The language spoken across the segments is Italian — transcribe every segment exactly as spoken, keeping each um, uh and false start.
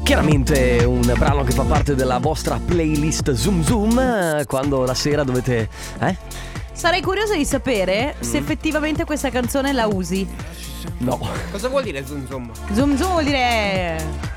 Chiaramente un brano che fa parte della vostra playlist Zoom Zoom, quando la sera dovete... Eh? Sarei curiosa di sapere se effettivamente questa canzone la usi. No. Cosa vuol dire Zoom Zoom? Zoom Zoom vuol dire...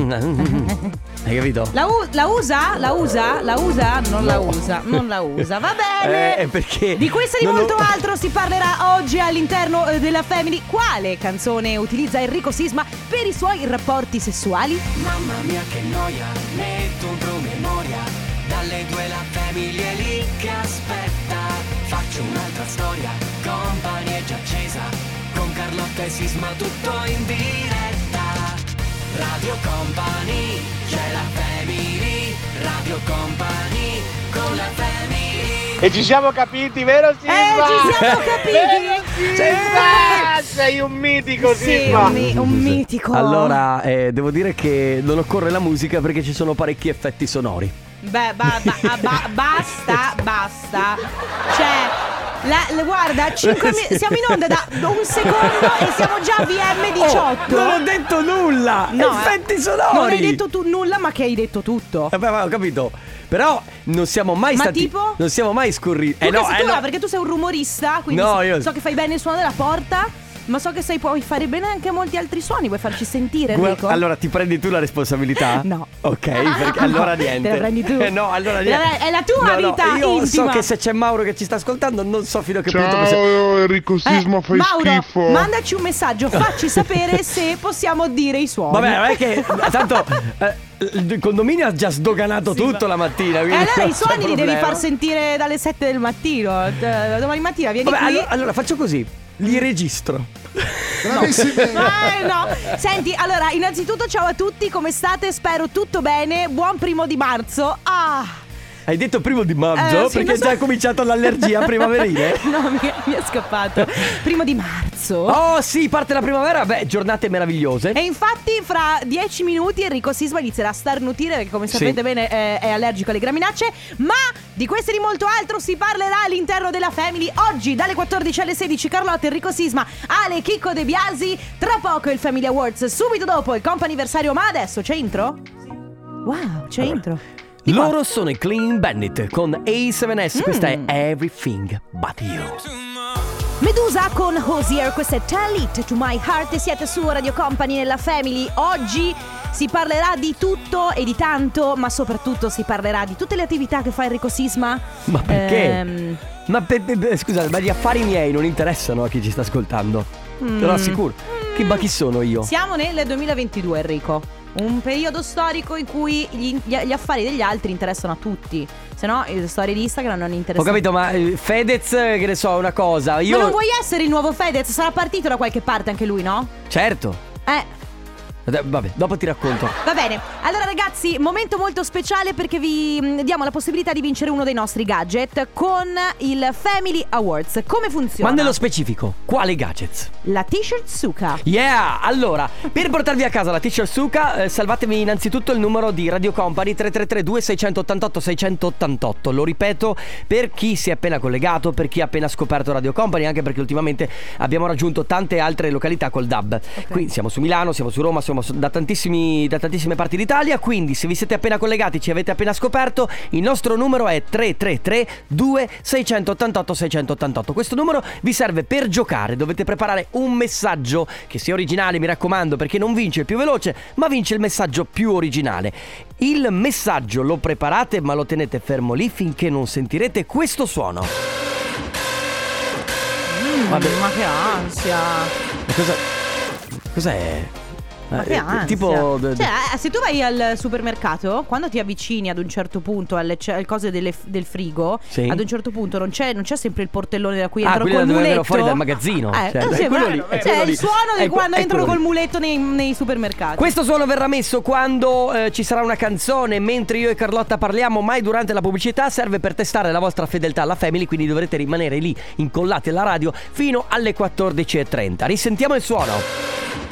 Hai capito? La, u- la usa? La usa? La usa? Non No. la usa, non la usa. Va bene. Eh, perché Di questo e di non molto lo- altro si parlerà oggi all'interno eh, della Family. Quale canzone utilizza Enrico Sisma per i suoi rapporti sessuali? Mamma mia che noia, metto un promemoria. Dalle due la Family è lì che aspetta. Faccio un'altra storia, Company è già accesa. Con Carlotta e Sisma tutto in diretta. Radio Company, c'è la Family. Radio Company, con la Family. E ci siamo capiti, vero Sisma? Eh, ci siamo capiti. Sisma, sei un mitico Sì, Sisma. un, mi- un mitico. Allora, eh, devo dire che non occorre la musica perché ci sono parecchi effetti sonori. Beh, ba- ba- ba- basta, basta. Cioè, la, la- guarda, cinque mi- siamo in onda da un secondo e siamo già a V M diciotto. Oh, non ho detto nulla! No, effetti eh. sonori! Non hai detto tu nulla, ma che hai detto tutto. Eh, beh, ho capito. Però non siamo mai Ma stati. tipo? Non siamo mai scurriti. Tu Eh no, che sei eh tu là, no. perché tu sei un rumorista, quindi No, so, io- so che fai bene il suono della porta, ma so che sai puoi fare bene anche molti altri suoni. Vuoi farci sentire, Enrico? Guarda, allora ti prendi tu la responsabilità? No. Ok, perché allora No, niente. te la prendi tu. Eh no, allora È niente. la- è la tua No, no, vita io intima. so che se c'è Mauro che ci sta ascoltando, non so fino a che punto possiamo... Ciao Enrico Sisma, Eh, fai Mauro, schifo. mandaci un messaggio, facci sapere se possiamo dire i suoni. Vabbè, non è che tanto eh, il condominio ha già sdoganato tutto la mattina. E quindi allora non i c'è suoni li devi problema. far sentire dalle sette del mattino. D- Domani mattina vieni Vabbè, qui. allora, allora faccio così, li registro. Eh, no. Senti, allora, innanzitutto ciao a tutti, come state? Spero tutto bene. Buon primo di marzo. Ah. Hai detto primo di maggio Eh, sì, perché lo è so. già cominciato l'allergia primaverile? No, mi, mi è scappato. Primo di marzo. Oh sì, parte la primavera, beh, giornate meravigliose. E infatti fra dieci minuti Enrico Sisma inizierà a starnutire perché come Sì. sapete bene è, è allergico alle graminacce. Ma di questo e di molto altro si parlerà all'interno della Family. Oggi dalle quattordici alle sedici Carlotta, Enrico Sisma, Ale, Chicco De Biasi. Tra poco il Family Awards, subito dopo il comp'anniversario. Ma adesso c'è intro? Wow, c'è intro. Di qua. Loro sono i Clean Bandit con A sette S, questa è Everything But You. Medusa con Hosier, questa è Tell It To My Heart e siete su Radio Company nella Family. Oggi si parlerà di tutto e di tanto, ma soprattutto si parlerà di tutte le attività che fa Enrico Sisma. Ma perché? Ehm, Ma per, per- per- scusate, ma gli affari miei non interessano a chi ci sta ascoltando. Te lo assicuro. Chi, ma chi sono io? siamo nel duemilaventidue, Enrico. Un periodo storico in cui gli, gli- gli affari degli altri interessano a tutti. Se no, le storie di Instagram non Ho interessano. capito, ma eh, Fedez, che ne so, una cosa. Io. Ma non vuoi essere il nuovo Fedez? Sarà partito da qualche parte anche lui, no? Certo. Eh. Eh, Vabbè, dopo ti racconto. Va bene, allora ragazzi, momento molto speciale perché vi mh, diamo la possibilità di vincere uno dei nostri gadget con il Family Awards. Come funziona? Ma nello specifico, quali gadgets? La t-shirt Suka. Yeah! Allora, per portarvi a casa la t-shirt Suka, eh, salvatemi innanzitutto il numero di Radio Company tre tre tre due sei otto otto sei otto otto. Lo ripeto per chi si è appena collegato, per chi ha appena scoperto Radio Company, anche perché ultimamente abbiamo raggiunto tante altre località col D A B. Qui siamo su Milano, siamo su Roma, siamo su- da tantissimi da tantissime parti d'Italia, quindi se vi siete appena collegati, ci avete appena scoperto, il nostro numero è tre tre tre due sei otto otto sei otto otto. Questo numero vi serve per giocare, dovete preparare un messaggio che sia originale, mi raccomando, perché non vince il più veloce, ma vince il messaggio più originale. Il messaggio lo preparate, ma lo tenete fermo lì finché non sentirete questo suono. Vabbè, Ma che ansia. ma cosa cos'è? Ma Eh, che ansia. tipo d- d- Cioè, eh, se tu vai al supermercato, quando ti avvicini ad un certo punto alle, ce- alle cose delle- del frigo, Sì. ad un certo punto non c'è, non c'è sempre il portellone da cui Ah, entrano quello col da dove muletto. vengono fuori dal magazzino. Eh, Cioè, eh, è sì, quello ma- lì, è cioè, quello lì. il suono di Ecco, quando è entrano quello col lì. muletto nei, nei supermercati. Questo suono verrà messo quando eh, ci sarà una canzone, mentre io e Carlotta parliamo, mai durante la pubblicità. Serve per testare la vostra fedeltà alla Family, quindi dovrete rimanere lì incollati alla radio fino alle quattordici e trenta. Risentiamo il suono.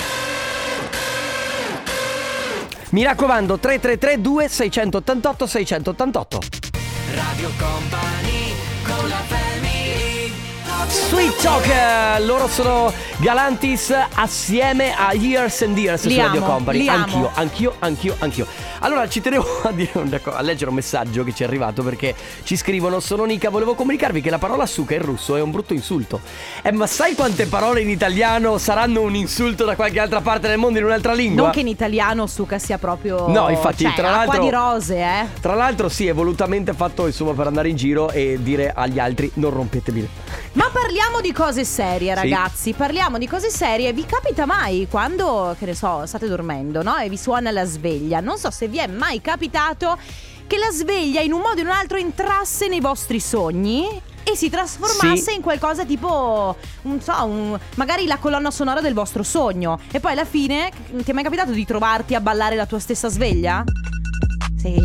Mi raccomando, tre tre tre due sei otto otto sei otto otto. Radio Company, con la Family. Sweet Talk, eh, loro sono Galantis assieme a Years and Years Li su Radio amo, Company. li Anch'io, amo. anch'io, anch'io, anch'io. Allora ci tenevo a, dire una co- a leggere un messaggio che ci è arrivato, perché ci scrivono: sono Nica, volevo comunicarvi che la parola suca in russo è un brutto insulto. Eh, ma sai quante parole in italiano saranno un insulto da qualche altra parte del mondo in un'altra lingua? Non che in italiano suca sia proprio... No, infatti, cioè, tra acqua l'altro- di rose, eh. Tra l'altro sì, è volutamente fatto insomma per andare in giro e dire agli altri non rompetemi le... Ma parliamo di cose serie, Sì. ragazzi. Parliamo di cose serie. Vi capita mai quando, che ne so, state dormendo, no? E vi suona la sveglia? Non so se vi è mai capitato che la sveglia in un modo o in un altro entrasse nei vostri sogni e si trasformasse Sì. in qualcosa tipo, non so, un, magari la colonna sonora del vostro sogno. E poi alla fine, ti è mai capitato di trovarti a ballare la tua stessa sveglia? Sì.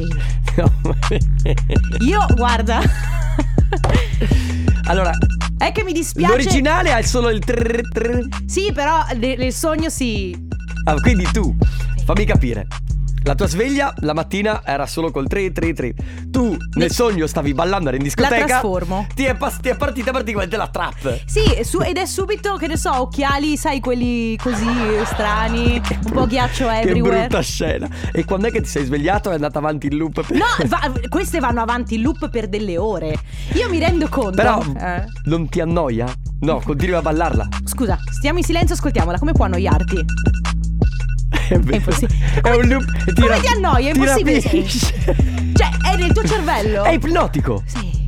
Io, guarda. Allora, È che mi dispiace. l'originale ha solo il trrr trrr. Sì, però ne- nel sogno sì. Ah, quindi tu, fammi capire. La tua sveglia la mattina era solo col tri tri tri. Tu nel sogno stavi ballando, eri in discoteca. trasformo. Ti è, pas- ti è partita praticamente la trap. Sì, su- ed è subito, che ne so, occhiali, sai, quelli così strani, un po' ghiaccio Che everywhere. brutta scena. E quando è che ti sei svegliato e è andata avanti in loop? No, va- queste vanno avanti in loop per delle ore. Io mi rendo conto. Però Eh. non ti annoia? No, continui a ballarla. Scusa, stiamo in silenzio, ascoltiamola. Come può annoiarti? È vero. impossibile. È Come un ti- loop. e ti come rap- ti annoia? È ti impossibile. rapisce. Cioè, è nel tuo cervello. È ipnotico. Sì.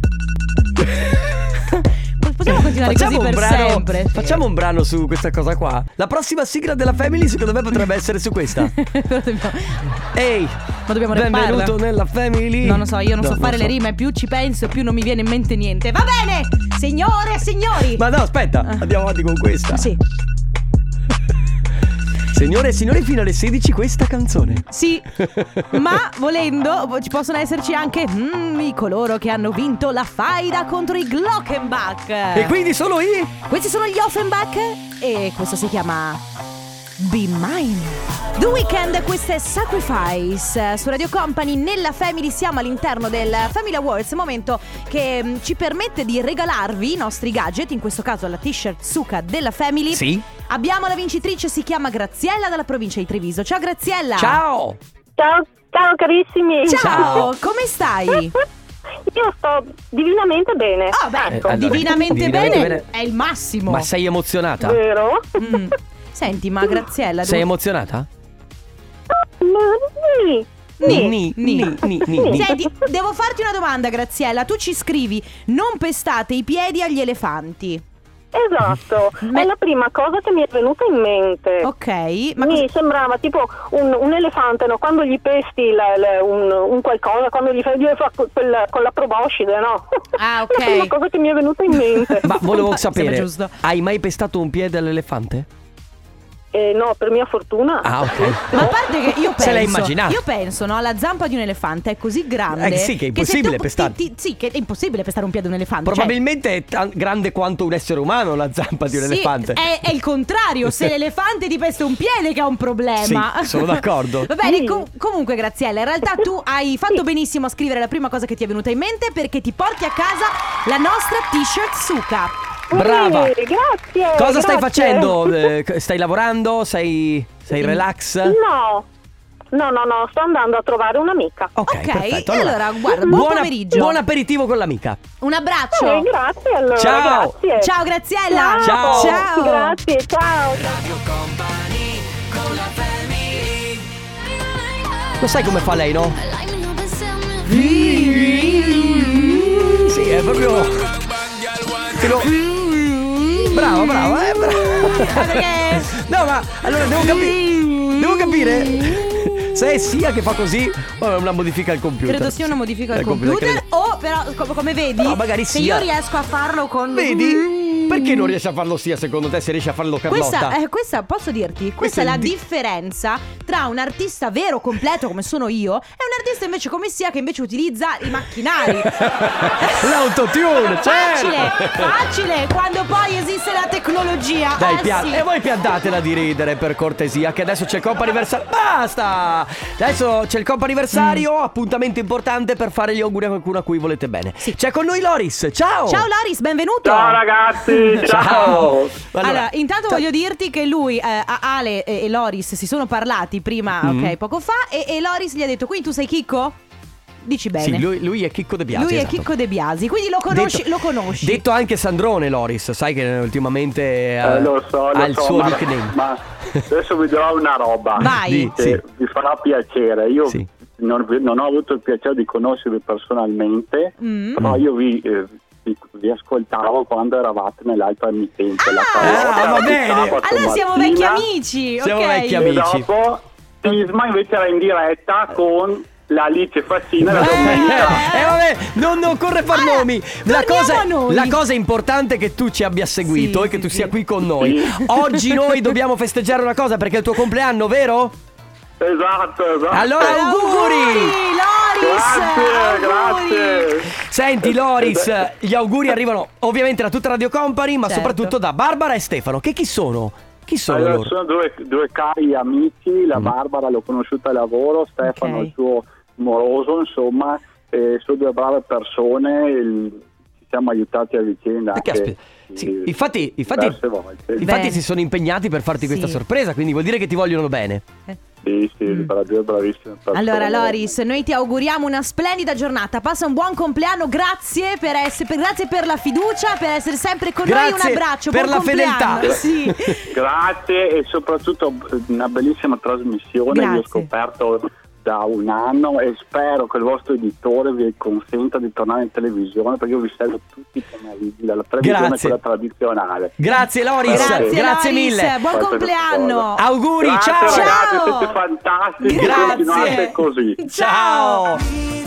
Possiamo continuare Facciamo così un per brano, sempre. Sì. Facciamo un brano su questa cosa qua. La prossima sigla della Family secondo me potrebbe essere su questa. Però dobbiamo- Ehi, Ma dobbiamo benvenuto rapparla. nella Family. No, non so, io non No, so fare le rime, più ci penso, più non mi viene in mente niente. Va bene, signore e signori. Ma no, aspetta, andiamo avanti con questa. Sì, Signore e signori, fino alle sedici questa canzone. sì. Ma volendo ci possono esserci anche mm, i coloro che hanno vinto la faida contro i Glockenbach. E quindi sono io. Questi sono gli Offenbach e questo si chiama Be Mine. The Weeknd, questo è Sacrifice su Radio Company. Nella Family siamo all'interno del Family Awards, momento che mm, ci permette di regalarvi i nostri gadget, in questo caso la t-shirt Suka della Family. Sì. Abbiamo la vincitrice, si chiama Graziella dalla provincia di Treviso. Ciao Graziella. Ciao. Ciao, ciao carissimi. Ciao, Ciao. come stai? Io sto divinamente bene. Ah beh, Eh, allora, divinamente, divinamente bene, bene. è il massimo. Ma sei emozionata? Vero? Mm. Senti, ma Graziella Sei dove- emozionata? Nì. Ni, Ni, ni. ni, ni, ni, ni. Senti, devo farti una domanda, Graziella. Tu ci scrivi: non pestate i piedi agli elefanti. Esatto, Ma- è la prima cosa che mi è venuta in mente. Ok, ma mi cosa- sembrava tipo un, un elefante, no? Quando gli pesti la- la- un, un qualcosa, quando gli fai, gli fa quel- con la proboscide, no? Ah, ok. È la prima cosa che mi è venuta in mente. Ma volevo Ma sembra sapere, giusto. hai mai pestato un piede all'elefante? Eh, no, per mia fortuna. Ah, ok. Ma a parte che io penso, Se l'hai immaginato. io penso, no, la zampa di un elefante è così grande. Eh, sì, che è impossibile se tu- pestare. ti- ti- Sì, che è impossibile pestare un piede di un elefante. Probabilmente è tan- grande quanto un essere umano la zampa di un Cioè, sì, elefante. È, è il contrario. Se l'elefante ti pesta un piede che ha un problema. Sì, sono d'accordo. Va bene, Sì. com- comunque Graziella, in realtà tu hai fatto benissimo a scrivere la prima cosa che ti è venuta in mente, perché ti porti a casa la nostra t-shirt Suka. Brava. Sì, grazie. Cosa stai grazie. facendo? Eh, stai lavorando? Sei, sei relax? No. No, no, no, sto andando a trovare un'amica. Ok, Ok, perfetto. e allora, guarda, buon buona- pomeriggio. Buon aperitivo con l'amica. Un abbraccio. Eh, grazie allora, Ciao. grazie. Ciao Graziella. Ciao. Ciao. Grazie, ciao. Radio Company con la family. Lo sai come fa lei, no? Sì, è proprio... Te lo... Brava, brava, eh, brava. Ah, perché? No, ma allora devo capire. Devo capire se è sia che fa così o è una modifica al computer. Credo sia una modifica al Al computer, credo. o però com- come vedi, No, magari se sia. io riesco a farlo con Vedi? Perché non riesci a farlo sia secondo te se riesci a farlo Carlotta? Questa, eh, questa posso dirti, questa, Questa è è la il di- differenza tra un artista vero, completo come sono io, e un artista invece come sia che invece utilizza i macchinari. L'autotune, certo. Facile, facile, quando poi esiste la tecnologia. Dai, eh, pia- sì. e voi piantatela di ridere per cortesia, che adesso c'è il compo anniversario. Basta! Adesso c'è il compo anniversario, Mm. appuntamento importante per fare gli auguri a qualcuno a cui volete bene. C'è con noi Loris, ciao! Ciao Loris, benvenuto. Ciao ragazzi, ciao. Allora, intanto ciao. voglio dirti che lui, eh, Ale e, e Loris si sono parlati prima, Mm. ok, poco fa, e, e Loris gli ha detto: quindi tu sei Chicco? Dici bene. Sì, lui, lui è Chicco De Biasi. Lui esatto. è Chicco De Biasi, quindi lo conosci, Detto- lo conosci. Detto anche Sandrone Loris, sai che ultimamente eh, Eh, lo so, ha lo il so, suo ma, nickname. ma adesso vi dirò una roba Vai. Di- che sì. vi farà piacere. Io Sì. non, vi- non ho avuto il piacere di conoscervi personalmente, Mm. però io vi, eh, vi, vi ascoltavo quando eravate nell'altra emittente. la Ah, Carlotta, va di bene. sabato Allora siamo mattina, vecchi amici, Siamo ok. vecchi E amici. dopo Sisma invece era in diretta con la Alice Fassina la Eh, domenica. eh, vabbè, non occorre far Allora, nomi. La torniamo cosa, a noi. la cosa importante è che tu ci abbia seguito Sì, e che sì, tu sì. sia qui con noi. Sì. Oggi noi dobbiamo festeggiare una cosa perché è il tuo compleanno, vero? Esatto, esatto. Allora, auguri! Loris! Grazie, auguri! grazie. Senti Loris, gli auguri arrivano ovviamente da tutta Radio Company, ma Certo. soprattutto da Barbara e Stefano. Che chi sono? Chi sono Allora, loro? sono due, due cari amici, la Mm. Barbara l'ho conosciuta al lavoro, Stefano Ok. il suo moroso, insomma, eh, sono due brave persone, il- ci siamo aiutati a vicenda. Perché anche, aspetta, sì, eh, infatti, infatti, diverse volte. infatti Bene. si sono impegnati per farti questa Sì. sorpresa, quindi vuol dire che ti vogliono bene. Sì, sì, Mm. per due bravissime persone. Allora Loris, noi ti auguriamo una splendida giornata. Passa un buon compleanno, grazie per essere per, grazie per la fiducia, per essere sempre con noi. Grazie Un abbraccio, per buon la compleanno. fedeltà. Sì. Grazie e soprattutto una bellissima trasmissione, vi Grazie. ho scoperto da un anno e spero che il vostro editore vi consenta di tornare in televisione, perché io vi seguo tutti i pomeriggi dalla televisione, Grazie. quella tradizionale. Grazie Loris, Grazie, grazie Loris, mille. buon Questa è compleanno. questa Auguri, Grazie, ciao. ragazzi, Ciao. siete fantastici, Grazie. continuate così. Ciao.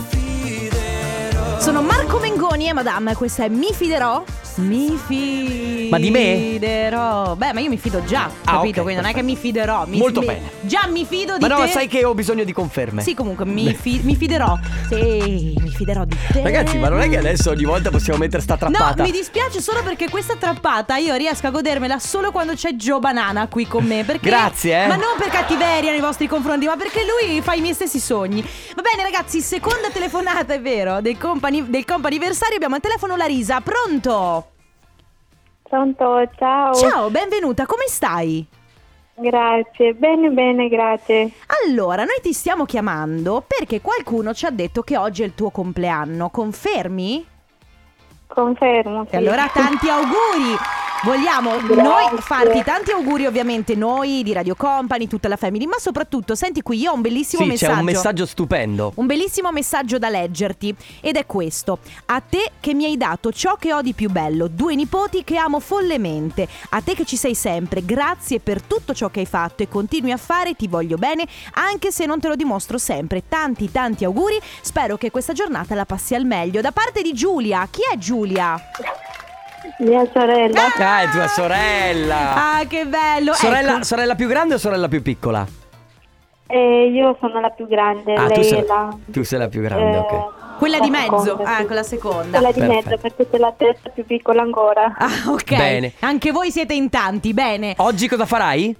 Sono Marco Mengoni e Madame, questa è Mi fiderò. Mi fiderò. Ma di me? Fiderò. Beh, ma io mi fido già, Ah, capito? ok, Quindi non è che mi fiderò. Mi, Molto mi- bene. Già mi fido di Ma no, te. sai che ho bisogno di conferme. Sì, comunque mi, fi- mi fiderò. Sì, mi fiderò di te. Ragazzi, ma non è che adesso ogni volta possiamo mettere sta trappata? No, mi dispiace solo perché questa trappata io riesco a godermela solo quando c'è Joe Banana qui con me. Perché, Grazie, eh. Ma non per cattiveria nei vostri confronti, ma perché lui fa i miei stessi sogni. Va bene, ragazzi, seconda telefonata, è vero, del company, del comp'anniversario. Abbiamo al telefono Larisa. Pronto? Pronto, ciao. Ciao, benvenuta, come stai? Grazie, bene, bene, grazie. Allora, noi ti stiamo chiamando perché qualcuno ci ha detto che oggi è il tuo compleanno. Confermi? Confermo. E allora tanti auguri. Vogliamo Grazie. noi farti tanti auguri, ovviamente noi di Radio Company, tutta la family, ma soprattutto senti qui, io ho un bellissimo Sì, messaggio. c'è un messaggio stupendo. Un bellissimo messaggio da leggerti ed è questo: a te che mi hai dato ciò che ho di più bello, due nipoti che amo follemente, a te che ci sei sempre, grazie per tutto ciò che hai fatto e continui a fare, ti voglio bene anche se non te lo dimostro sempre. Tanti tanti auguri, spero che questa giornata la passi al meglio. Da parte di Giulia. Chi è Giulia? Mia sorella. Ah, è tua sorella. Ah, che bello. Sorella, Ecco. sorella più grande o sorella più piccola? Eh, io sono la più grande, Ah, tu lei sei, è la... tu sei la più grande, eh, ok. Quella la di mezzo, seconda, ah, sì. quella seconda. Quella di Perfetto. mezzo, perché c'è la terza più piccola ancora. Ah, ok. Bene. Anche voi siete in tanti, bene. Oggi cosa farai?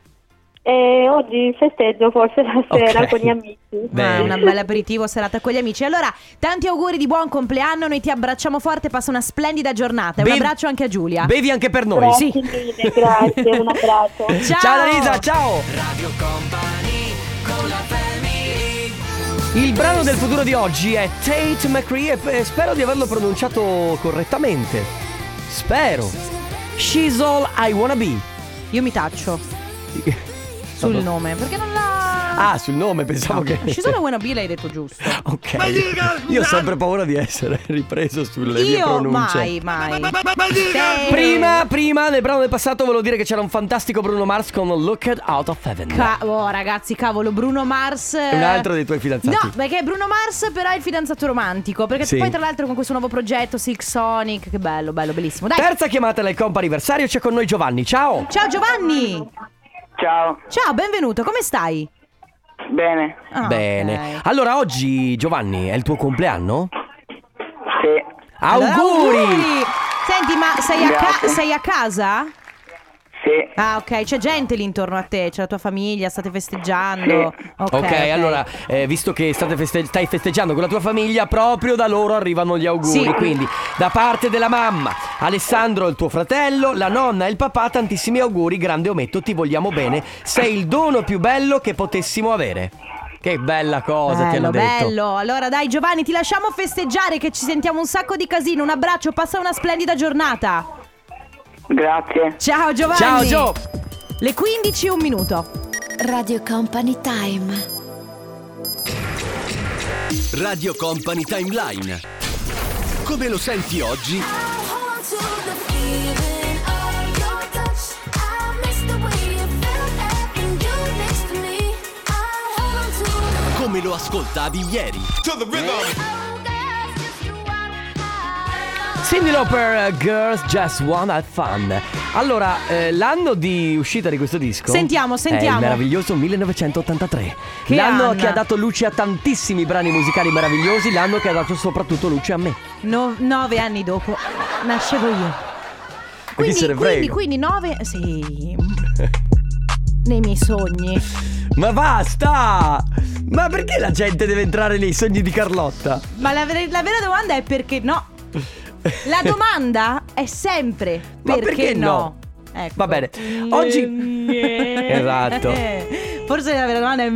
E oggi festeggio forse la sera Ok. con gli amici. Bene. Ah, una bella aperitivo serata con gli amici. Allora, tanti auguri di buon compleanno. Noi ti abbracciamo forte. Passa una splendida giornata. E un Bevi- abbraccio anche a Giulia. Bevi anche per noi. Grazie Sì. mille, grazie, un abbraccio. Ciao. Ciao Larisa, ciao. Radio Company con la family. Il brano del futuro di oggi è Tate McCree e spero di averlo pronunciato correttamente. Spero. She's all I wanna be. Io mi taccio sul nome perché non la. Ah, sul nome, pensavo che... Ci sono Wanna Be, l'hai detto giusto. Ok. Io ho sempre paura di essere ripreso sulle mie Io pronunce. mai, mai. Prima, prima, nel brano del passato volevo dire che c'era un fantastico Bruno Mars con Looked Out of Heaven. Ca- oh ragazzi, cavolo, Bruno Mars. È un altro dei tuoi fidanzati. No, perché Bruno Mars però è il fidanzato romantico. Perché Sì. poi tra l'altro con questo nuovo progetto Silk Sonic, che bello, bello, bellissimo. Dai. Terza chiamata del comp anniversario, c'è con noi Giovanni. Ciao. Ciao Giovanni. Ciao, Ciao, benvenuto, come stai? bene. Ah, Bene. ok. Allora oggi Giovanni è il tuo compleanno? Sì, Allora, Auguri! Senti, ma sei a, ca- Grazie. sei a casa? sì. Ah, ok, c'è gente lì intorno a te, c'è la tua famiglia, state festeggiando. Sì. Ok, Ok, allora, eh, visto che state feste- stai festeggiando con la tua famiglia, proprio da loro arrivano gli auguri. Sì. Quindi, da parte della mamma, Alessandro, il tuo fratello, la nonna e il papà, tantissimi auguri, grande ometto, ti vogliamo bene. Sei il dono più bello che potessimo avere. Che bella cosa ti hanno bello, detto. bello. Allora dai Giovanni, ti lasciamo festeggiare che ci sentiamo un sacco di casino. Un abbraccio, passa una splendida giornata. Grazie. Ciao Giovanni. Ciao Gio. Le quindici e un minuto. Radio Company Time. Radio Company Timeline. Come lo senti oggi? Come lo ascoltavi ieri? Cyndi Lauper, Girls Just Wanna Have Fun. Allora, eh, l'anno di uscita di questo disco Sentiamo, sentiamo. è il meraviglioso millenovecentottantatré. Che L'anno anno? che ha dato luce a tantissimi brani musicali meravigliosi. L'anno che ha dato soprattutto luce a me. No- nove anni dopo nascevo io. chi se ne Quindi, frega? quindi nove. Sì. Nei miei sogni. Ma basta! Ma perché la gente deve entrare nei sogni di Carlotta? Ma la, ver- la vera domanda è perché no. La domanda è sempre Ma perché, perché no? Ecco. Va bene. Oggi- Esatto. Forse la vera domanda è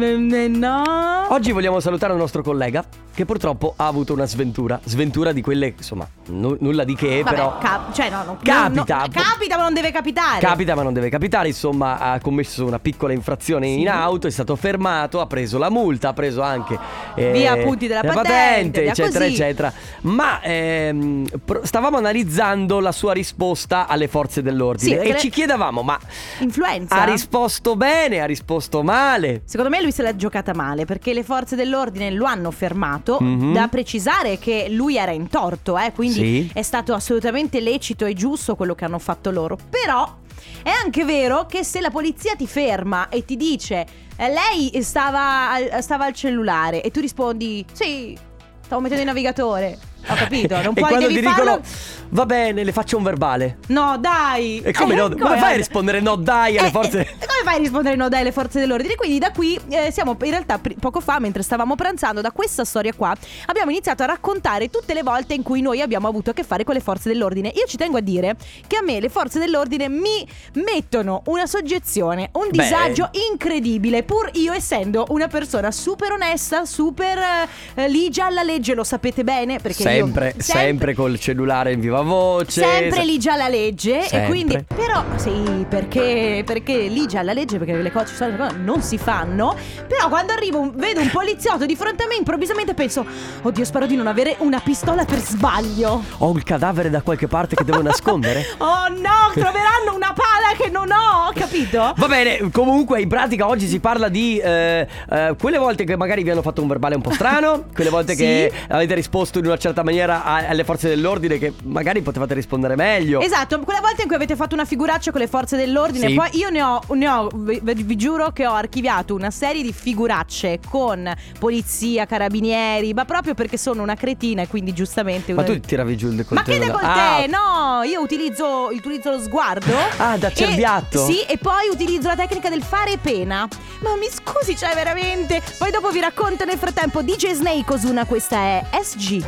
no. Oggi vogliamo salutare un nostro collega che purtroppo ha avuto una sventura. Sventura di quelle, insomma, nu- nulla di che, Vabbè, però cap- cioè no, no, Capita. no, capita ma non deve capitare. capita ma non deve capitare. Insomma, ha commesso una piccola infrazione in auto, è stato fermato, ha preso la multa, ha preso anche eh, Via appunti della la patente, via eccetera così. eccetera. Ma ehm, pro- stavamo analizzando la sua risposta alle forze dell'ordine Sì, e perché- ci chiedevamo: ma Influenza. ha risposto bene, ha risposto male? Secondo me lui se l'ha giocata male perché le forze dell'ordine lo hanno fermato. Mhm. Da precisare che lui era in torto, eh, quindi Sì. è stato assolutamente lecito e giusto quello che hanno fatto loro. Però è anche vero che se la polizia ti ferma e ti dice eh, lei stava al, stava al cellulare e tu rispondi sì, stavo mettendo il navigatore. Ho capito, non E puoi, quando devi ti dicono farlo. va bene, le faccio un verbale. No, dai. E come Eh, no? come Come fai a no? rispondere no dai alle Eh, forze? eh, come fai a rispondere no dai alle forze dell'ordine? Quindi da qui eh, siamo in realtà pri- poco fa, mentre stavamo pranzando, da questa storia qua abbiamo iniziato a raccontare tutte le volte in cui noi abbiamo avuto a che fare con le forze dell'ordine. Io ci tengo a dire che a me le forze dell'ordine mi mettono una soggezione, un Beh. disagio incredibile, pur io essendo una persona super onesta, super eh, ligia alla legge, lo sapete bene perché Sempre, io sempre col cellulare in viva voce. Sempre ligia alla legge. Sempre. E quindi però sì, perché Perché ligia alla legge, perché le cose ci sono, le cose non si fanno. Però quando arrivo un- vedo un poliziotto di fronte a me, improvvisamente penso oddio, spero di non avere una pistola per sbaglio. Ho il cadavere da qualche parte che devo nascondere? Oh no, troveranno una pala che non ho, capito? Va bene, comunque in pratica oggi si parla di eh, eh, quelle volte che magari vi hanno fatto un verbale un po' strano, quelle volte Sì. che avete risposto in una certa maniera a- alle forze dell'ordine che magari potevate rispondere meglio. Esatto, quella volta in cui avete fatto una figuraccia con le forze dell'ordine. Sì. Poi io ne ho, ne ho vi, vi giuro che ho archiviato una serie di figuracce con polizia, carabinieri, ma proprio perché sono una cretina e quindi giustamente Ma uno- tu tiravi giù il Ma decolleté? che decolleté? Ah, No, io utilizzo, utilizzo lo sguardo. Ah, da E- cerbiatto? Sì, e poi utilizzo la tecnica del fare pena. Ma mi scusi, cioè veramente. Poi dopo vi racconto nel frattempo D J Snake Ozuna, questa è S G.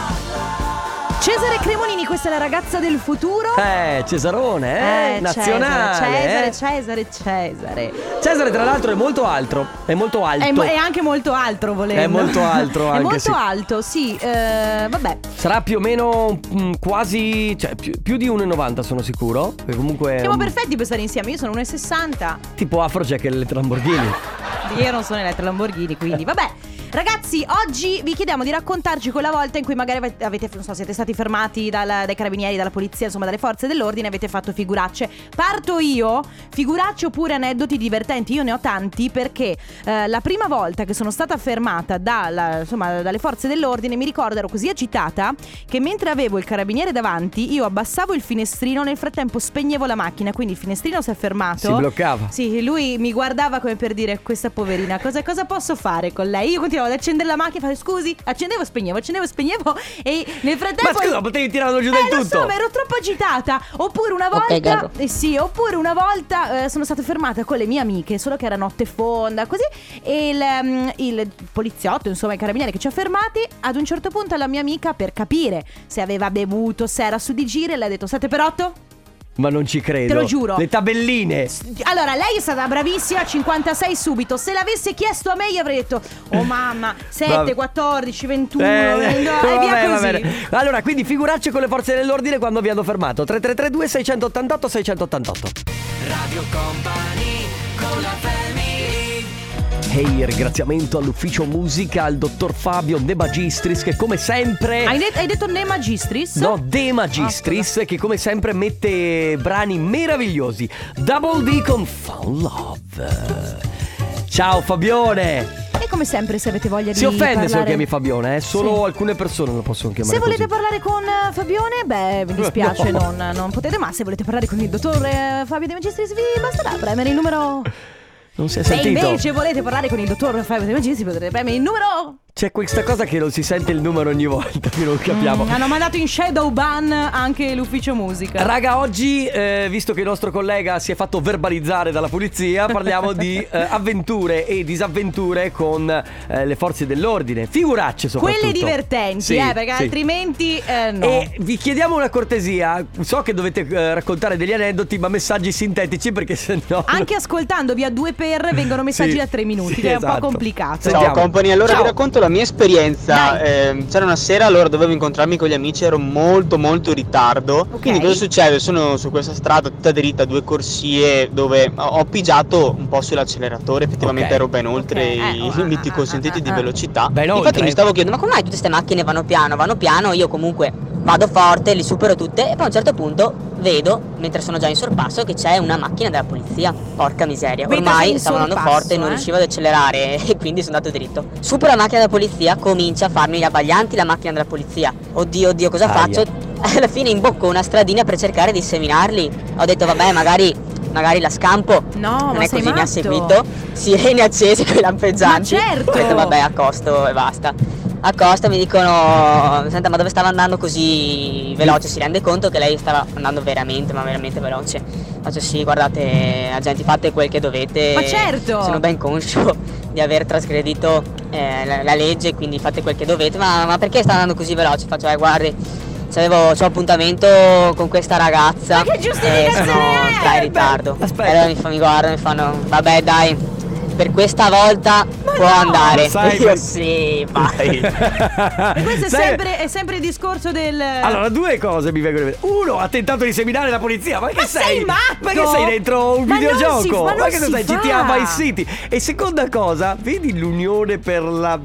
Cesare Cremonini, questa è la ragazza del futuro. Eh, Cesarone, eh, nazionale. Cesare, eh. Cesare, Cesare. Cesare tra l'altro è molto altro, è molto alto. È, mo- è anche molto altro, volendo. È molto alto È anche, molto sì. alto, sì. eh, vabbè. Sarà più o meno mm, quasi, cioè più, più di uno virgola novanta sono sicuro. Perché comunque è Siamo un- perfetti per stare insieme. Io sono uno virgola sessanta. tipo Afrojack e le Lamborghini. Io non sono Elettra Lamborghini, quindi vabbè. Ragazzi, oggi vi chiediamo di raccontarci quella volta in cui magari avete, avete non so, siete stati fermati dal, dai carabinieri, dalla polizia, insomma dalle forze dell'ordine e avete fatto figuracce. Parto io, figuracce oppure aneddoti divertenti. Io ne ho tanti perché eh, la prima volta che sono stata fermata dalla, insomma, dalle forze dell'ordine, mi ricordo ero così agitata che mentre avevo il carabiniere davanti io abbassavo il finestrino, nel frattempo spegnevo la macchina, quindi il finestrino si è fermato. Si bloccava. Sì, lui mi guardava come per dire: questa poverina, cosa, cosa posso fare con lei? Io continuavo ad accendere la macchina e fare scusi, accendevo e spegnevo, accendevo e spegnevo e nel frattempo... Ma scusa, potevi tirarlo giù del eh, tutto. lo so, ma ero troppo agitata. Oppure una volta Okay, eh sì, oppure una volta eh, sono stata fermata con le mie amiche, solo che era notte fonda, così. E il, um, il poliziotto, insomma il carabiniere che ci ha fermati, ad un certo punto alla mia amica, per capire se aveva bevuto, se era su di giri, le ha detto sette per otto? Ma non ci credo. Te lo giuro. Le tabelline. Allora, lei è stata bravissima, cinquantasei subito. Se l'avesse chiesto a me io avrei detto: oh mamma, sette, quattordici, ventuno Eh, e via vabbè, va così. bene. Allora, quindi figuracce con le forze dell'ordine quando vi hanno fermato. Tre tre tre due sei otto otto sei otto otto. Radio Company con la family. Ehi, hey, ringraziamento all'ufficio musica, al dottor Fabio De Magistris che come sempre... Hai, det- hai detto Ne Magistris? No, De Magistris, che come sempre mette brani meravigliosi. Double D con Fall Love. Ciao Fabione. E come sempre, se avete voglia di Si offende parlare... se lo chiami Fabione, eh? Solo Sì. alcune persone lo possono chiamare Se volete così. parlare con eh, Fabione, beh, mi dispiace, No. non, non potete. Ma se volete parlare con il dottor eh, Fabio De Magistris, vi basterà premere il numero... Non si è Se sentito? invece volete parlare con il dottor Fabio De Magistris, potete premere il numero... C'è questa cosa che non si sente il numero ogni volta, che non capiamo. Mm, hanno mandato in shadow ban anche l'ufficio musica. Raga, oggi, eh, visto che il nostro collega si è fatto verbalizzare dalla polizia, parliamo di eh, avventure e disavventure con eh, le forze dell'ordine. Figuracce soprattutto. Quelle divertenti, Sì, eh, perché sì. altrimenti eh, no. E vi chiediamo una cortesia. So che dovete eh, raccontare degli aneddoti, ma messaggi sintetici, perché sennò... Anche ascoltandovi a due per vengono messaggi Sì, da tre minuti, sì, che è un esatto. po' complicato. Sentiamo. Ciao company, allora Ciao. vi racconto la mia esperienza. Eh, c'era una sera, allora dovevo incontrarmi con gli amici, ero molto molto in ritardo. Ok. Quindi cosa succede? Sono su questa strada tutta dritta, due corsie, dove ho ho pigiato un po' sull'acceleratore, effettivamente Ok. ero ben oltre Ok, eh, i oh, limiti ah, consentiti ah, di ah, velocità. Ben Infatti oltre. mi stavo chiedendo, Ma come mai tutte queste macchine vanno piano? Vanno piano, io comunque vado forte, li supero tutte e poi a un certo punto vedo, mentre sono già in sorpasso, che c'è una macchina della polizia. Porca miseria, Mentre sei ormai in stavo andando sorpasso, forte, non eh? riuscivo ad accelerare e quindi sono andato dritto. Supero la macchina della polizia, comincia a farmi gli abbaglianti la macchina della polizia. Oddio, oddio, cosa Aia. faccio? Alla fine imbocco una stradina per cercare di seminarli. Ho detto vabbè, magari magari la scampo. No, non ma è sei così, mi ha matto. seguito, sirene accese con i lampeggianti. Ma certo. Ho detto vabbè, accosto e basta. Accosta, mi dicono senta, ma dove stava andando così veloce? Si rende conto che lei stava andando veramente, ma veramente veloce. Faccio sì, guardate agenti, fate quel che dovete. Ma certo. Sono ben conscio di aver trasgredito eh, la, la legge, quindi fate quel che dovete. Ma, ma perché sta andando così veloce? Faccio, eh guardi, c'avevo c'ho appuntamento con questa ragazza. Ma che giustificazione e sono è? già in ritardo. Aspetta. Allora mi, fa, mi guardano e mi fanno vabbè dai, per questa volta può no! andare. Sai- Io sì, vai. E questo è Sai- sempre, è sempre il discorso del... Allora, due cose mi vengono in mente. Uno, ha tentato di seminare la polizia. Ma che Ma sei matto? Ma che sei dentro un Ma non videogioco? si fa- ma non che si sei fa. G T A Vice City? E seconda cosa, vedi l'unione per la...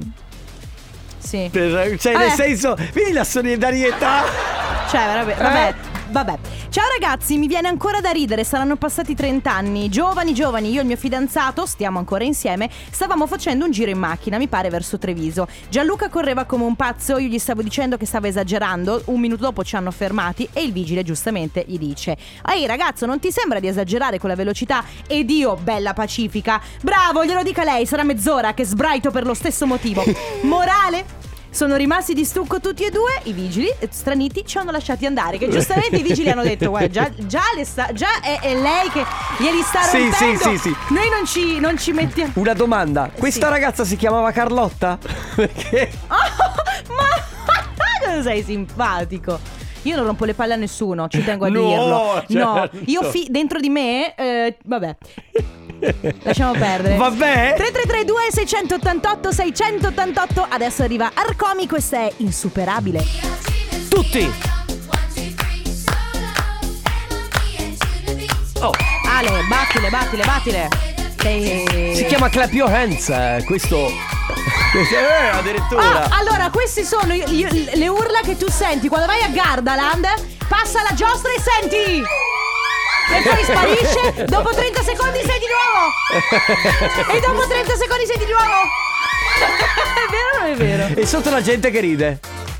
Sì. per- cioè, nel Eh. senso, vedi la solidarietà? Cioè, vabbè, vabbè, vabbè. Ciao ragazzi, mi viene ancora da ridere, saranno passati trenta anni. Giovani, giovani, io e il mio fidanzato, stiamo ancora insieme, stavamo facendo un giro in macchina, mi pare verso Treviso. Gianluca correva come un pazzo, io gli stavo dicendo che stava esagerando. Un minuto dopo ci hanno fermati e il vigile giustamente gli dice: ehi ragazzo, non ti sembra di esagerare con la velocità? Ed io, bella pacifica: bravo, glielo dica lei, sarà mezz'ora che sbraito per lo stesso motivo. Morale? Sono rimasti di stucco tutti e due. I vigili straniti ci hanno lasciati andare. Che giustamente i vigili hanno detto: guarda, già, già, le sta, già è, è lei che glieli sta Sì, rompendo. sì, sì, sì. Noi non ci, non ci mettiamo. Una domanda, questa Sì. ragazza si chiamava Carlotta? Perché? Oh, ma cosa sei simpatico. Io non rompo le palle a nessuno, ci tengo a No, dirlo. No, certo. io fi- dentro di me eh, vabbè. Lasciamo perdere. Vabbè. tre tre tre due sei otto otto sei otto otto. Adesso arriva Arcomi, questa è Insuperabile. Tutti. Oh, Ale, battile, battile, battile. Sì. Si chiama Clap Your Hands, eh, questo... Eh, addirittura. Ah, allora, queste sono io- io- le urla che tu senti quando vai a Gardaland, passa la giostra e senti. E poi sparisce, dopo trenta secondi sei di nuovo. E dopo trenta secondi sei di nuovo. È vero o non è vero? E sotto la gente che ride.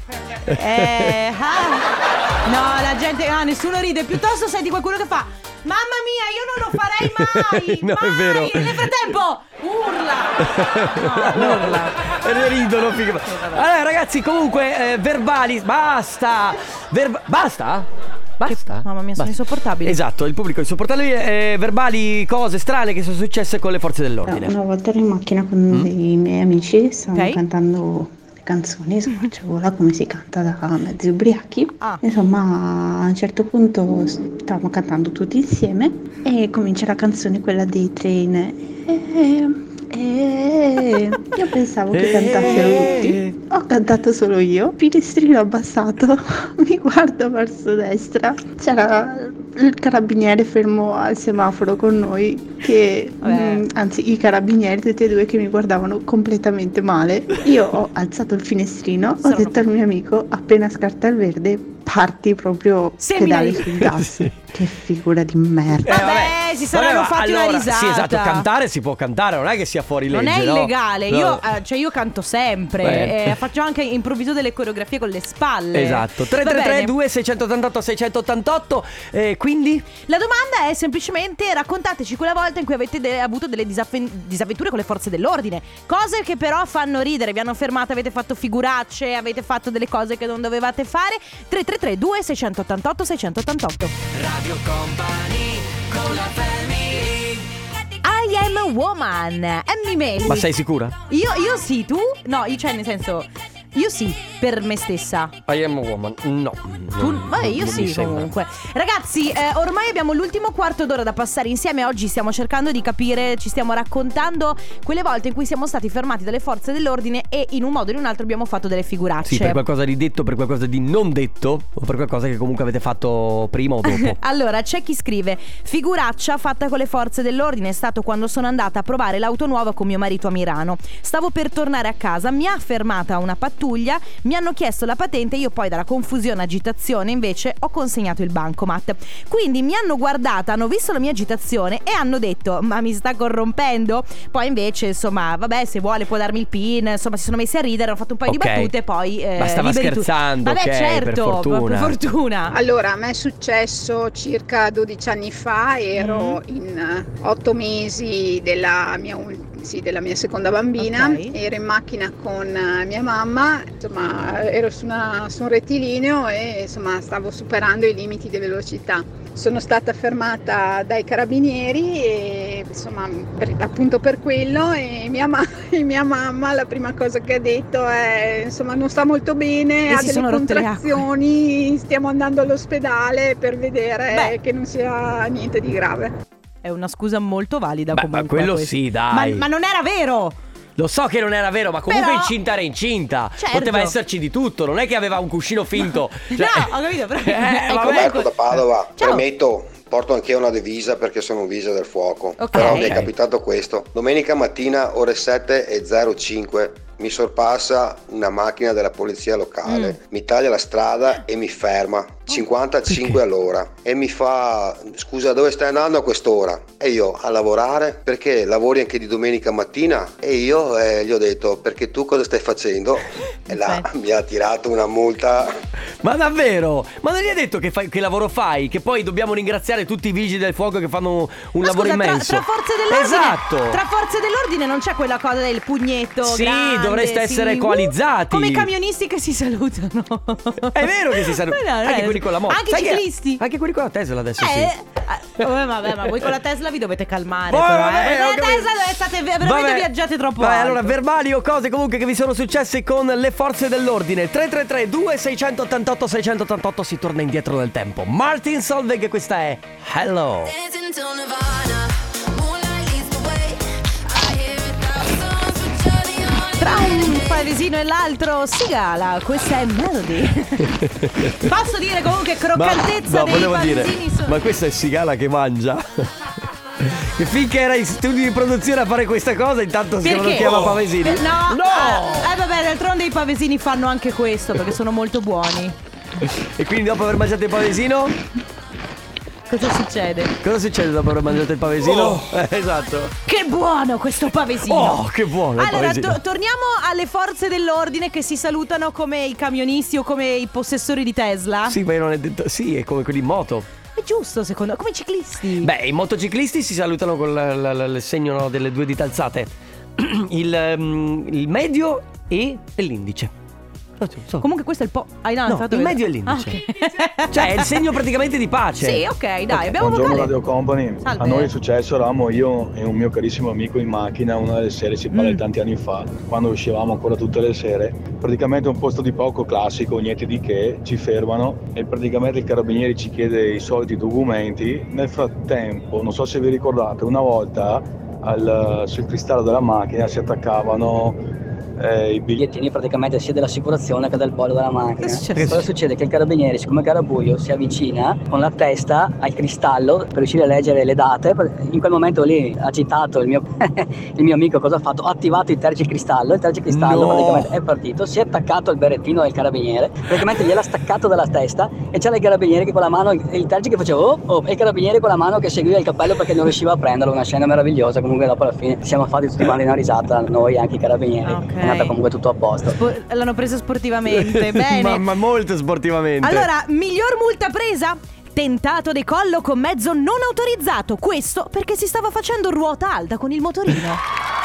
Eh, ah. No, la gente, ah, nessuno ride. Piuttosto senti qualcuno che fa: mamma mia, io non lo farei mai. No, mai. è vero. Nel frattempo urla. No, non urla. E ne ridono. figa- Allora ragazzi, comunque eh, verbali. Basta. Verba- Basta? Basta? Mamma mia, sono Basta. insopportabile. Esatto, il pubblico è insopportabile. eh, Verbali, cose strane che sono successe con le forze dell'ordine. Una volta ero in macchina con Mm. dei miei amici, stavamo Ok. cantando le canzoni, squarciagola come si canta da mezzi ubriachi. Ah. Insomma, a un certo punto stavamo cantando tutti insieme e comincia la canzone, quella dei Train. E, e, io pensavo che cantassero tutti. Ho cantato solo io, finestrino abbassato, mi guardo verso destra, c'era il carabiniere fermo al semaforo con noi che, mh, anzi i carabinieri tutti e due che mi guardavano completamente male. Io ho alzato il finestrino, ho detto al mio amico: appena scarta il verde parti proprio pedale sul gas. Che figura di merda. Vabbè, si saranno Vabbè, ma fatti allora, una risata. Sì, esatto, cantare si può cantare, non è che sia fuori legge. Non è no? illegale, No. io, eh, cioè io canto sempre, Beh. eh, faccio anche improvviso delle coreografie con le spalle. Esatto. tre Va tre tre bene. due sei otto otto sei otto otto. eh, Quindi La domanda è semplicemente: raccontateci quella volta in cui avete de- avuto delle disavven- disavventure con le forze dell'ordine. Cose che però fanno ridere, vi hanno fermato, avete fatto figuracce, avete fatto delle cose che non dovevate fare. Tre tre tre due sei otto otto sei otto otto. Radio Company con la family. I am a woman. Emmy Melli. Ma sei sicura? Io, io sì, tu? No, io cioè nel senso, io sì, per me stessa. I am a woman. No. Tu, non- vabbè, io non mi sì sembra. comunque. Ragazzi, eh, ormai abbiamo l'ultimo quarto d'ora da passare insieme. Oggi stiamo cercando di capire, ci stiamo raccontando quelle volte in cui siamo stati fermati dalle forze dell'ordine e in un modo o in un altro abbiamo fatto delle figuracce. Sì, per qualcosa di detto, per qualcosa di non detto, o per qualcosa che comunque avete fatto prima o dopo. Allora, c'è chi scrive: figuraccia fatta con le forze dell'ordine è stato quando sono andata a provare l'auto nuova con mio marito a Milano. Stavo per tornare a casa, mi ha fermata una pattuglia, mi hanno chiesto la patente, io poi dalla confusione e agitazione invece ho consegnato il bancomat. Quindi mi hanno guardata, hanno visto la mia agitazione e hanno detto: ma mi sta corrompendo? Poi invece, insomma, vabbè, se vuole può darmi il pin. Insomma, si sono messi a ridere, hanno fatto un paio Ok. di battute e poi eh, Ma stava liberi tutti. scherzando, Vabbè, ok, certo, per fortuna. per fortuna. Allora, a me è successo circa dodici anni fa, ero Mm. in eh, otto mesi della mia, ul- sì, della mia seconda bambina, Ok. ero in macchina con eh, mia mamma, insomma ero su, una- su un rettilineo e insomma stavo superando i limiti di velocità. Sono stata fermata dai carabinieri e insomma per- appunto per quello e mia, ma- e mia mamma la prima cosa che ha detto è insomma non sta molto bene, E ha si delle sono rotte le acque. contrazioni, stiamo andando all'ospedale per vedere Beh. che non sia niente di grave. È una scusa molto valida Beh, comunque. ma quello questa. sì, dai. Ma, ma non era vero. Lo so che non era vero, ma comunque Però- incinta era incinta. Certo. Poteva esserci di tutto, non è che aveva un cuscino finto. Cioè- No, ho capito, però. Eh, Ecco, vabbè. Roberto da Padova, Ciao. premetto, porto anch'io una divisa perché sono un vigile del fuoco. Ok. Però mi è Ok. capitato questo. Domenica mattina ore sette e zero cinque mi sorpassa una macchina della polizia locale, Mm. mi taglia la strada e mi ferma, cinquantacinque all'ora, e mi fa: scusa, dove stai andando a quest'ora? E io: a lavorare. Perché lavori anche di domenica mattina? E io eh, gli ho detto: perché tu cosa stai facendo? E là Perfetto. mi ha tirato una multa. Ma davvero? Ma non gli hai detto che, fai, che lavoro fai? Che poi dobbiamo ringraziare tutti i vigili del fuoco che fanno un Ma lavoro scusa, tra, immenso. tra forze dell'ordine, Esatto. tra forze dell'ordine non c'è quella cosa del pugnetto Sì, grande, dovreste sì, essere uh, coalizzati. come i camionisti che si salutano. È vero che si sanno. No, no, Anche no, quelli con la moto. Anche Sai i che- ciclisti. Anche quelli con la Tesla adesso Eh, sì. eh, vabbè, vabbè, ma voi con la Tesla vi dovete calmare. Oh, però, vabbè, eh. ho Con la capito. Tesla dove state veramente Vabbè. viaggiate troppo Vabbè, alto. allora, verbali o cose comunque che vi sono successe con le forze dell'ordine. Tre tre tre due sei otto otto sei otto otto, si torna indietro nel tempo. Martin Solveig, questa è Hello. Tra un paesino e l'altro, Sigala, questa è Melody. Posso dire comunque croccantezza no, dei volevo dire, paesini sono... ma questa è Sigala che mangia. Che finché era in studio di produzione a fare questa cosa, intanto si lo chiama Oh. Pavesini. Eh, No, No! Eh vabbè, d'altronde i pavesini fanno anche questo perché sono molto buoni. E quindi dopo aver mangiato il pavesino, Cosa succede? cosa succede dopo aver mangiato il pavesino? Oh. Eh, esatto. Che buono questo pavesino. Oh, che buono il Allora, pavesino. to- torniamo alle forze dell'ordine che si salutano come i camionisti o come i possessori di Tesla. Sì, ma io non è detto. Sì, è come quelli in moto. È giusto, secondo me, come i ciclisti. Beh, i motociclisti si salutano con la- la- la- il segno no, delle due dita alzate. il, um, il medio e l'indice. Comunque questo è il po'. Hai no, No, fatto il vedere. medio e l'indice. Ah, ok. Cioè, è il segno praticamente di pace. Sì, ok, dai, abbiamo Buongiorno vocale. Radio Company. Salve. A noi è successo, eravamo io e un mio carissimo amico in macchina una delle sere, si parla Mm. di tanti anni fa, quando uscivamo ancora tutte le sere. Praticamente un posto di poco classico, niente di che, ci fermano e praticamente il carabinieri ci chiede i soliti documenti. Nel frattempo, non so se vi ricordate, una volta al- sul cristallo della macchina si attaccavano eh, i bigliettini praticamente sia dell'assicurazione che del bollo della macchina. Cosa succede? Che il carabiniere, siccome che era buio, si avvicina con la testa al cristallo per riuscire a leggere le date. In quel momento lì, agitato, il mio, il mio amico cosa ha fatto? Ha attivato il tergicristallo, il tergicristallo No. praticamente è partito, si è attaccato al berrettino del carabiniere, praticamente gliel'ha staccato dalla testa e c'era il carabiniere che con la mano, il tergi che faceva oh, oh, e il carabiniere con la mano che seguiva il cappello perché non riusciva a prenderlo. Una scena meravigliosa. Comunque dopo alla fine siamo fatti tutti quanti una risata, noi e anche i carabinieri. Ok. È andata comunque tutto a posto. Spo- L'hanno preso sportivamente. Bene. ma, ma molto sportivamente. Allora, miglior multa presa? Tentato decollo con mezzo non autorizzato. Questo perché si stava facendo ruota alta con il motorino.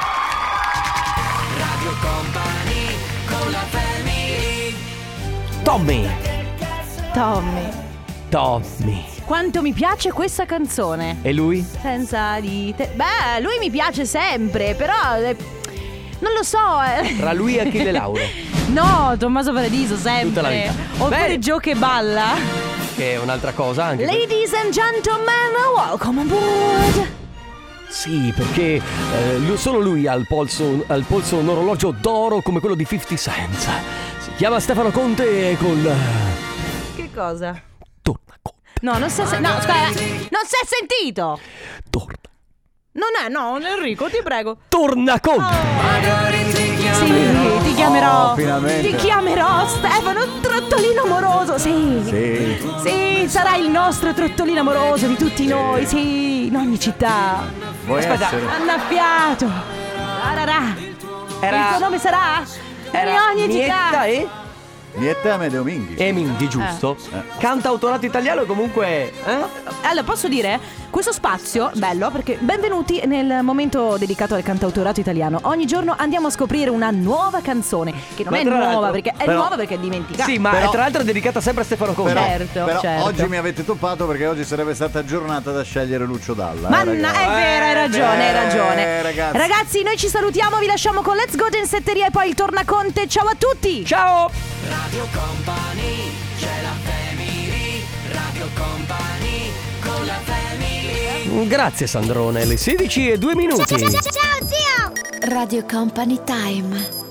Radio Company con la family. Tommy. Tommy. Tommy. Quanto mi piace questa canzone. E lui? Senza di te. Beh, lui mi piace sempre, però eh, non lo so. eh. Tra lui e Achille Lauro. No, Tommaso Paradiso sempre. Tutta la vita. Oppure Beh. Joe che balla. Che è un'altra cosa anche. Ladies and gentlemen, welcome on board. Sì, perché eh, lui- solo lui ha al polso, al polso un orologio d'oro come quello di cinquanta Cent. Si chiama Stefano Conte e con... Che cosa? No, non si è sen- No, aspetta. Non si è sentito. Torna. Non è, no, Enrico, ti prego. Torna Conte. Sì, ti chiamerò. Oh, finalmente. Ti chiamerò, Stefano, trottolino amoroso. Sì. Sì. Sì, sarà il nostro trottolino amoroso di tutti noi. Sì, in ogni città. Vuoi Aspetta, essere? annaffiato. Ararà. Era- Il tuo nome sarà? Era in ogni Nietta città. e... Niente Amedeo Minghi. E Minghi, giusto? Cantautorato italiano comunque... Eh? Allora, posso dire, questo spazio, bello, perché benvenuti nel momento dedicato al cantautorato italiano. Ogni giorno andiamo a scoprire una nuova canzone, che non Ma è tra nuova, l'altro- perché è però- nuova perché è dimenticata. Sì, ma Però- è tra l'altro dedicata sempre a Stefano Conte. Però, Certo, però certo. oggi mi avete toppato perché oggi sarebbe stata giornata da scegliere Lucio Dalla. Manna, eh, ragazzi. è vero, hai ragione, hai Eh, ragione. ragazzi. Ragazzi, noi ci salutiamo, vi lasciamo con Let's Go Gensetteria e poi il Tornaconte. Ciao a tutti. Ciao. Radio Company, c'è la family. Radio Company con la family. Grazie Sandrone, le sedici e due minuti. Radio Company Time.